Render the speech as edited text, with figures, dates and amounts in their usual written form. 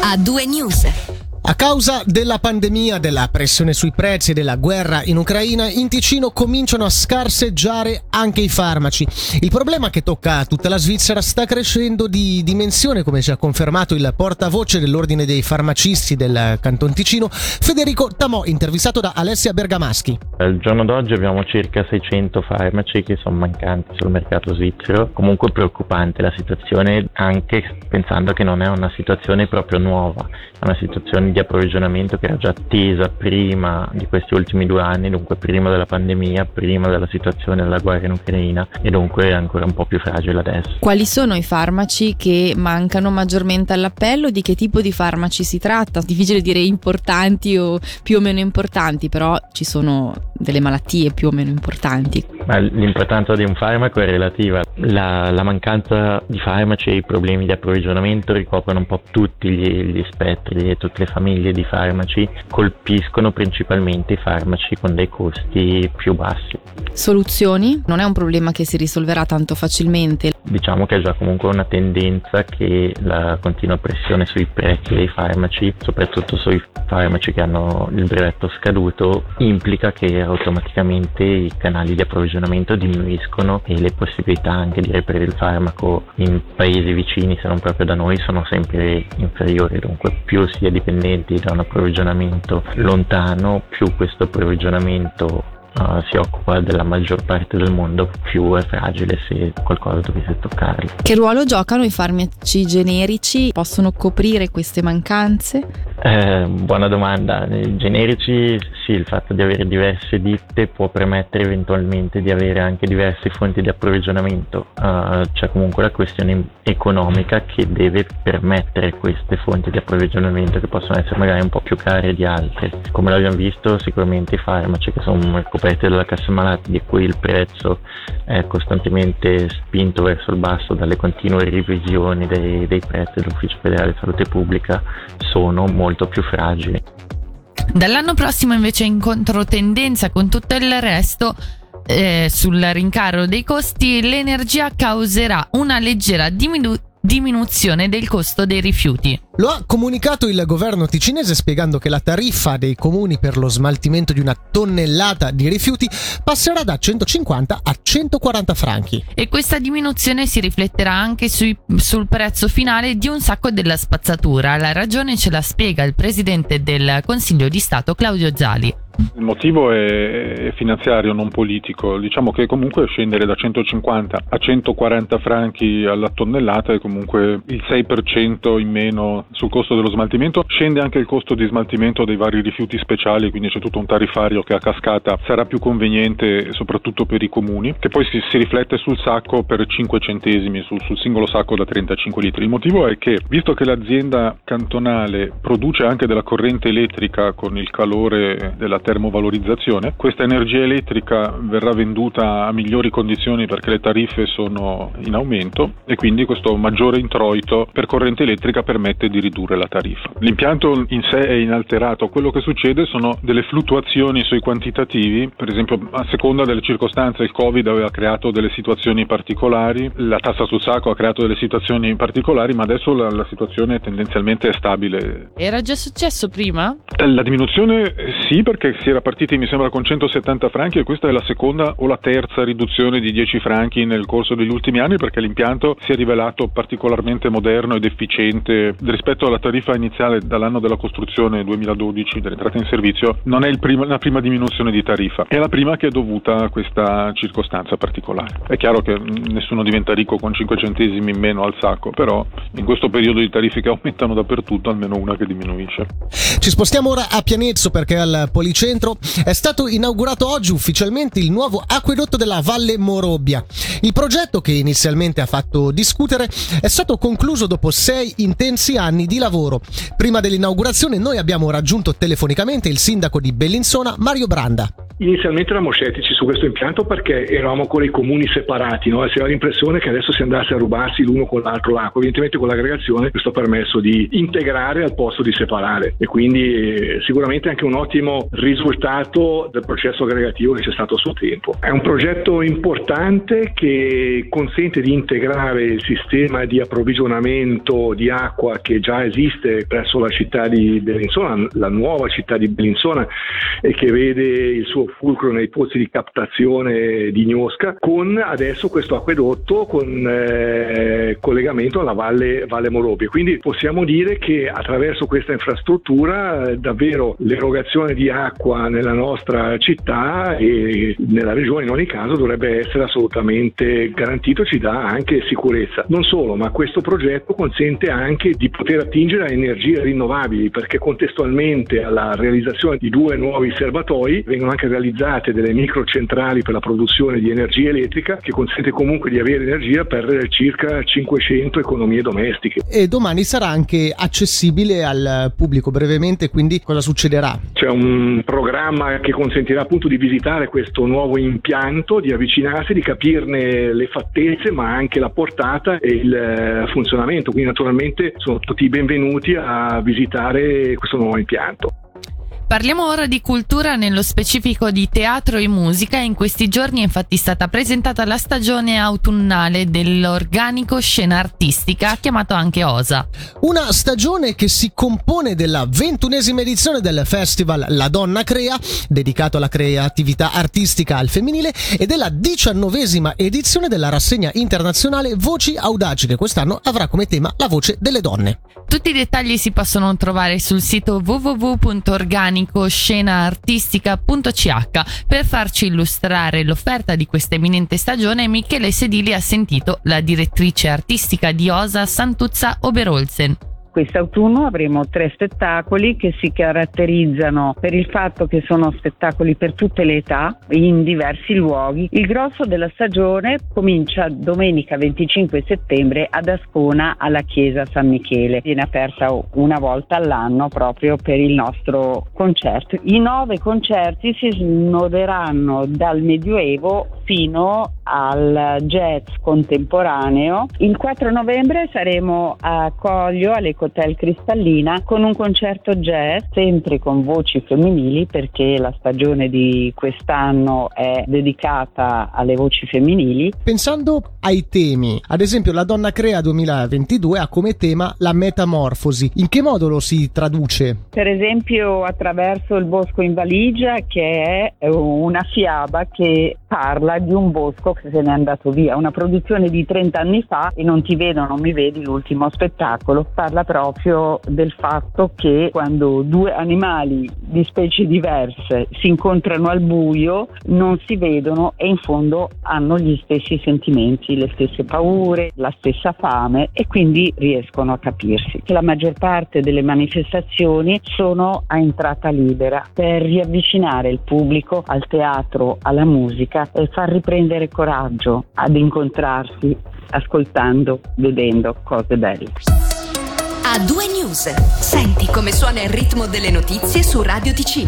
A2 News. A causa della pandemia, della pressione sui prezzi e della guerra in Ucraina, in Ticino cominciano a scarseggiare anche i farmaci. Il problema che tocca tutta la Svizzera sta crescendo di dimensione, come ci ha confermato il portavoce dell'Ordine dei farmacisti del Canton Ticino, Federico Tamò, intervistato da Alessia Bergamaschi. Al giorno d'oggi abbiamo circa 600 farmaci che sono mancanti sul mercato svizzero. Comunque preoccupante la situazione, anche pensando che non è una situazione proprio nuova, è una situazione di approvvigionamento che era già attesa prima di questi ultimi 2 anni, dunque prima della pandemia, prima della situazione della guerra in Ucraina, e dunque è ancora un po' più fragile adesso. Quali sono i farmaci che mancano maggiormente all'appello? Di che tipo di farmaci si tratta? Difficile dire importanti o più o meno importanti, però ci sono delle malattie più o meno importanti. Ma l'importanza di un farmaco è relativa. La mancanza di farmaci e i problemi di approvvigionamento ricoprono un po' tutti gli spettri e tutte le famiglie di farmaci, colpiscono principalmente i farmaci con dei costi più bassi. Soluzioni? Non è un problema che si risolverà tanto facilmente. Diciamo che è già comunque una tendenza che la continua pressione sui prezzi dei farmaci, soprattutto sui farmaci che hanno il brevetto scaduto, implica che automaticamente i canali di approvvigionamento diminuiscono e le possibilità anche di reperire il farmaco in paesi vicini, se non proprio da noi, sono sempre inferiori. Dunque più si è dipendenti da un approvvigionamento lontano, più questo approvvigionamento si occupa della maggior parte del mondo, più è fragile se qualcosa dovesse toccarlo. Che ruolo giocano i farmaci generici? Possono coprire queste mancanze? Buona domanda. I generici, sì, il fatto di avere diverse ditte può permettere eventualmente di avere anche diverse fonti di approvvigionamento. C'è comunque la questione economica che deve permettere queste fonti di approvvigionamento, che possono essere magari un po' più care di altre. Come l'abbiamo visto, sicuramente i farmaci che sono coperti dalla cassa malati, di cui il prezzo è costantemente spinto verso il basso dalle continue revisioni dei prezzi dell'Ufficio Federale di Salute Pubblica, sono molto più fragili. Dall'anno prossimo invece in controtendenza con tutto il resto, sul rincaro dei costi, l'energia causerà una leggera diminuzione del costo dei rifiuti. Lo ha comunicato il governo ticinese, spiegando che la tariffa dei comuni per lo smaltimento di una tonnellata di rifiuti passerà da 150 a 140 franchi. E questa diminuzione si rifletterà anche sul prezzo finale di un sacco della spazzatura. La ragione ce la spiega il presidente del Consiglio di Stato Claudio Zali. Il motivo è finanziario, non politico. Diciamo che comunque scendere da 150 a 140 franchi alla tonnellata è comunque il 6% in meno sul costo dello smaltimento. Scende anche il costo di smaltimento dei vari rifiuti speciali, quindi c'è tutto un tariffario che a cascata sarà più conveniente soprattutto per i comuni, che poi si riflette sul sacco per 5 centesimi sul singolo sacco da 35 litri. Il motivo è che, visto che l'azienda cantonale produce anche della corrente elettrica con il calore della termovalorizzazione, questa energia elettrica verrà venduta a migliori condizioni perché le tariffe sono in aumento, e quindi questo maggiore introito per corrente elettrica permette di ridurre la tariffa. L'impianto in sé è inalterato, quello che succede sono delle fluttuazioni sui quantitativi, per esempio a seconda delle circostanze. Il Covid aveva creato delle situazioni particolari, la tassa sul sacco ha creato delle situazioni particolari, ma adesso la situazione tendenzialmente è stabile. Era già successo prima? La diminuzione sì, perché si era partiti mi sembra con 170 franchi e questa è la seconda o la terza riduzione di 10 franchi nel corso degli ultimi anni, perché l'impianto si è rivelato particolarmente moderno ed efficiente rispetto alla tariffa iniziale dall'anno della costruzione 2012 dell'entrata in servizio. Non è la prima diminuzione di tariffa, è la prima che è dovuta a questa circostanza particolare. È chiaro che nessuno diventa ricco con 5 centesimi in meno al sacco, però in questo periodo di tariffe che aumentano dappertutto almeno una che diminuisce. Ci spostiamo ora a Pianezzo, perché al Policentro è stato inaugurato oggi ufficialmente il nuovo acquedotto della Valle Morobbia. Il progetto, che inizialmente ha fatto discutere, è stato concluso dopo 6 intensi anni di lavoro. Prima dell'inaugurazione noi abbiamo raggiunto telefonicamente il sindaco di Bellinzona, Mario Branda. Inizialmente eravamo scettici su questo impianto perché eravamo ancora i comuni separati, no? Si aveva l'impressione che adesso si andasse a rubarsi l'uno con l'altro l'acqua. Evidentemente con l'aggregazione questo ha permesso di integrare al posto di separare, e quindi sicuramente anche un ottimo risultato del processo aggregativo che c'è stato a suo tempo. È un progetto importante che consente di integrare il sistema di approvvigionamento di acqua che già esiste presso la città di Bellinzona, la nuova città di Bellinzona, e che vede il suo fulcro nei pozzi di captazione di Gnosca, con adesso questo acquedotto con collegamento alla Valle Morobie. Quindi possiamo dire che attraverso questa infrastruttura davvero l'erogazione di acqua nella nostra città e nella regione in ogni caso dovrebbe essere assolutamente garantito, ci dà anche sicurezza. Non solo, ma questo progetto consente anche di poter attingere a energie rinnovabili, perché contestualmente alla realizzazione di 2 nuovi serbatoi vengono anche realizzate delle microcentrali per la produzione di energia elettrica, che consente comunque di avere energia per circa 500 economie domestiche. E domani sarà anche accessibile al pubblico brevemente, quindi cosa succederà? C'è un programma che consentirà appunto di visitare questo nuovo impianto, di avvicinarsi, di capirne le fattezze ma anche la portata e il funzionamento, quindi naturalmente sono tutti benvenuti a visitare questo nuovo impianto. Parliamo ora di cultura, nello specifico di teatro e musica. In questi giorni è infatti stata presentata la stagione autunnale dell'organico Scena Artistica, chiamato anche OSA. Una stagione che si compone della 21esima edizione del festival La Donna Crea, dedicato alla creatività artistica al femminile, e della 19esima edizione della rassegna internazionale Voci Audaci, che quest'anno avrà come tema la voce delle donne. Tutti i dettagli si possono trovare sul sito www.organicoscenaartistica.ch. Per farci illustrare l'offerta di questa eminente stagione, Michele Sedili ha sentito la direttrice artistica di OSA, Santuzza Oberholzen. Quest'autunno avremo 3 spettacoli che si caratterizzano per il fatto che sono spettacoli per tutte le età, in diversi luoghi. Il grosso della stagione comincia domenica 25 settembre ad Ascona alla chiesa San Michele. Viene aperta una volta all'anno proprio per il nostro concerto. I 9 concerti si snoderanno dal Medioevo fino al jazz contemporaneo. Il 4 novembre saremo a Coglio all'Ecotel Cristallina con un concerto jazz sempre con voci femminili, perché la stagione di quest'anno è dedicata alle voci femminili. Pensando ai temi, ad esempio La Donna Crea 2022 ha come tema la metamorfosi. In che modo lo si traduce? Per esempio attraverso Il bosco in valigia, che è una fiaba che parla di un bosco che se n'è andato via, una produzione di 30 anni fa, e Non ti vedo, non mi vedi, l'ultimo spettacolo, parla proprio del fatto che quando 2 animali di specie diverse si incontrano al buio non si vedono e in fondo hanno gli stessi sentimenti, le stesse paure, la stessa fame, e quindi riescono a capirsi. La maggior parte delle manifestazioni sono a entrata libera per riavvicinare il pubblico al teatro, alla musica, e far riprendere coraggio ad incontrarsi ascoltando, vedendo cose belle. A 2 News. Senti come suona il ritmo delle notizie su Radio Ticino.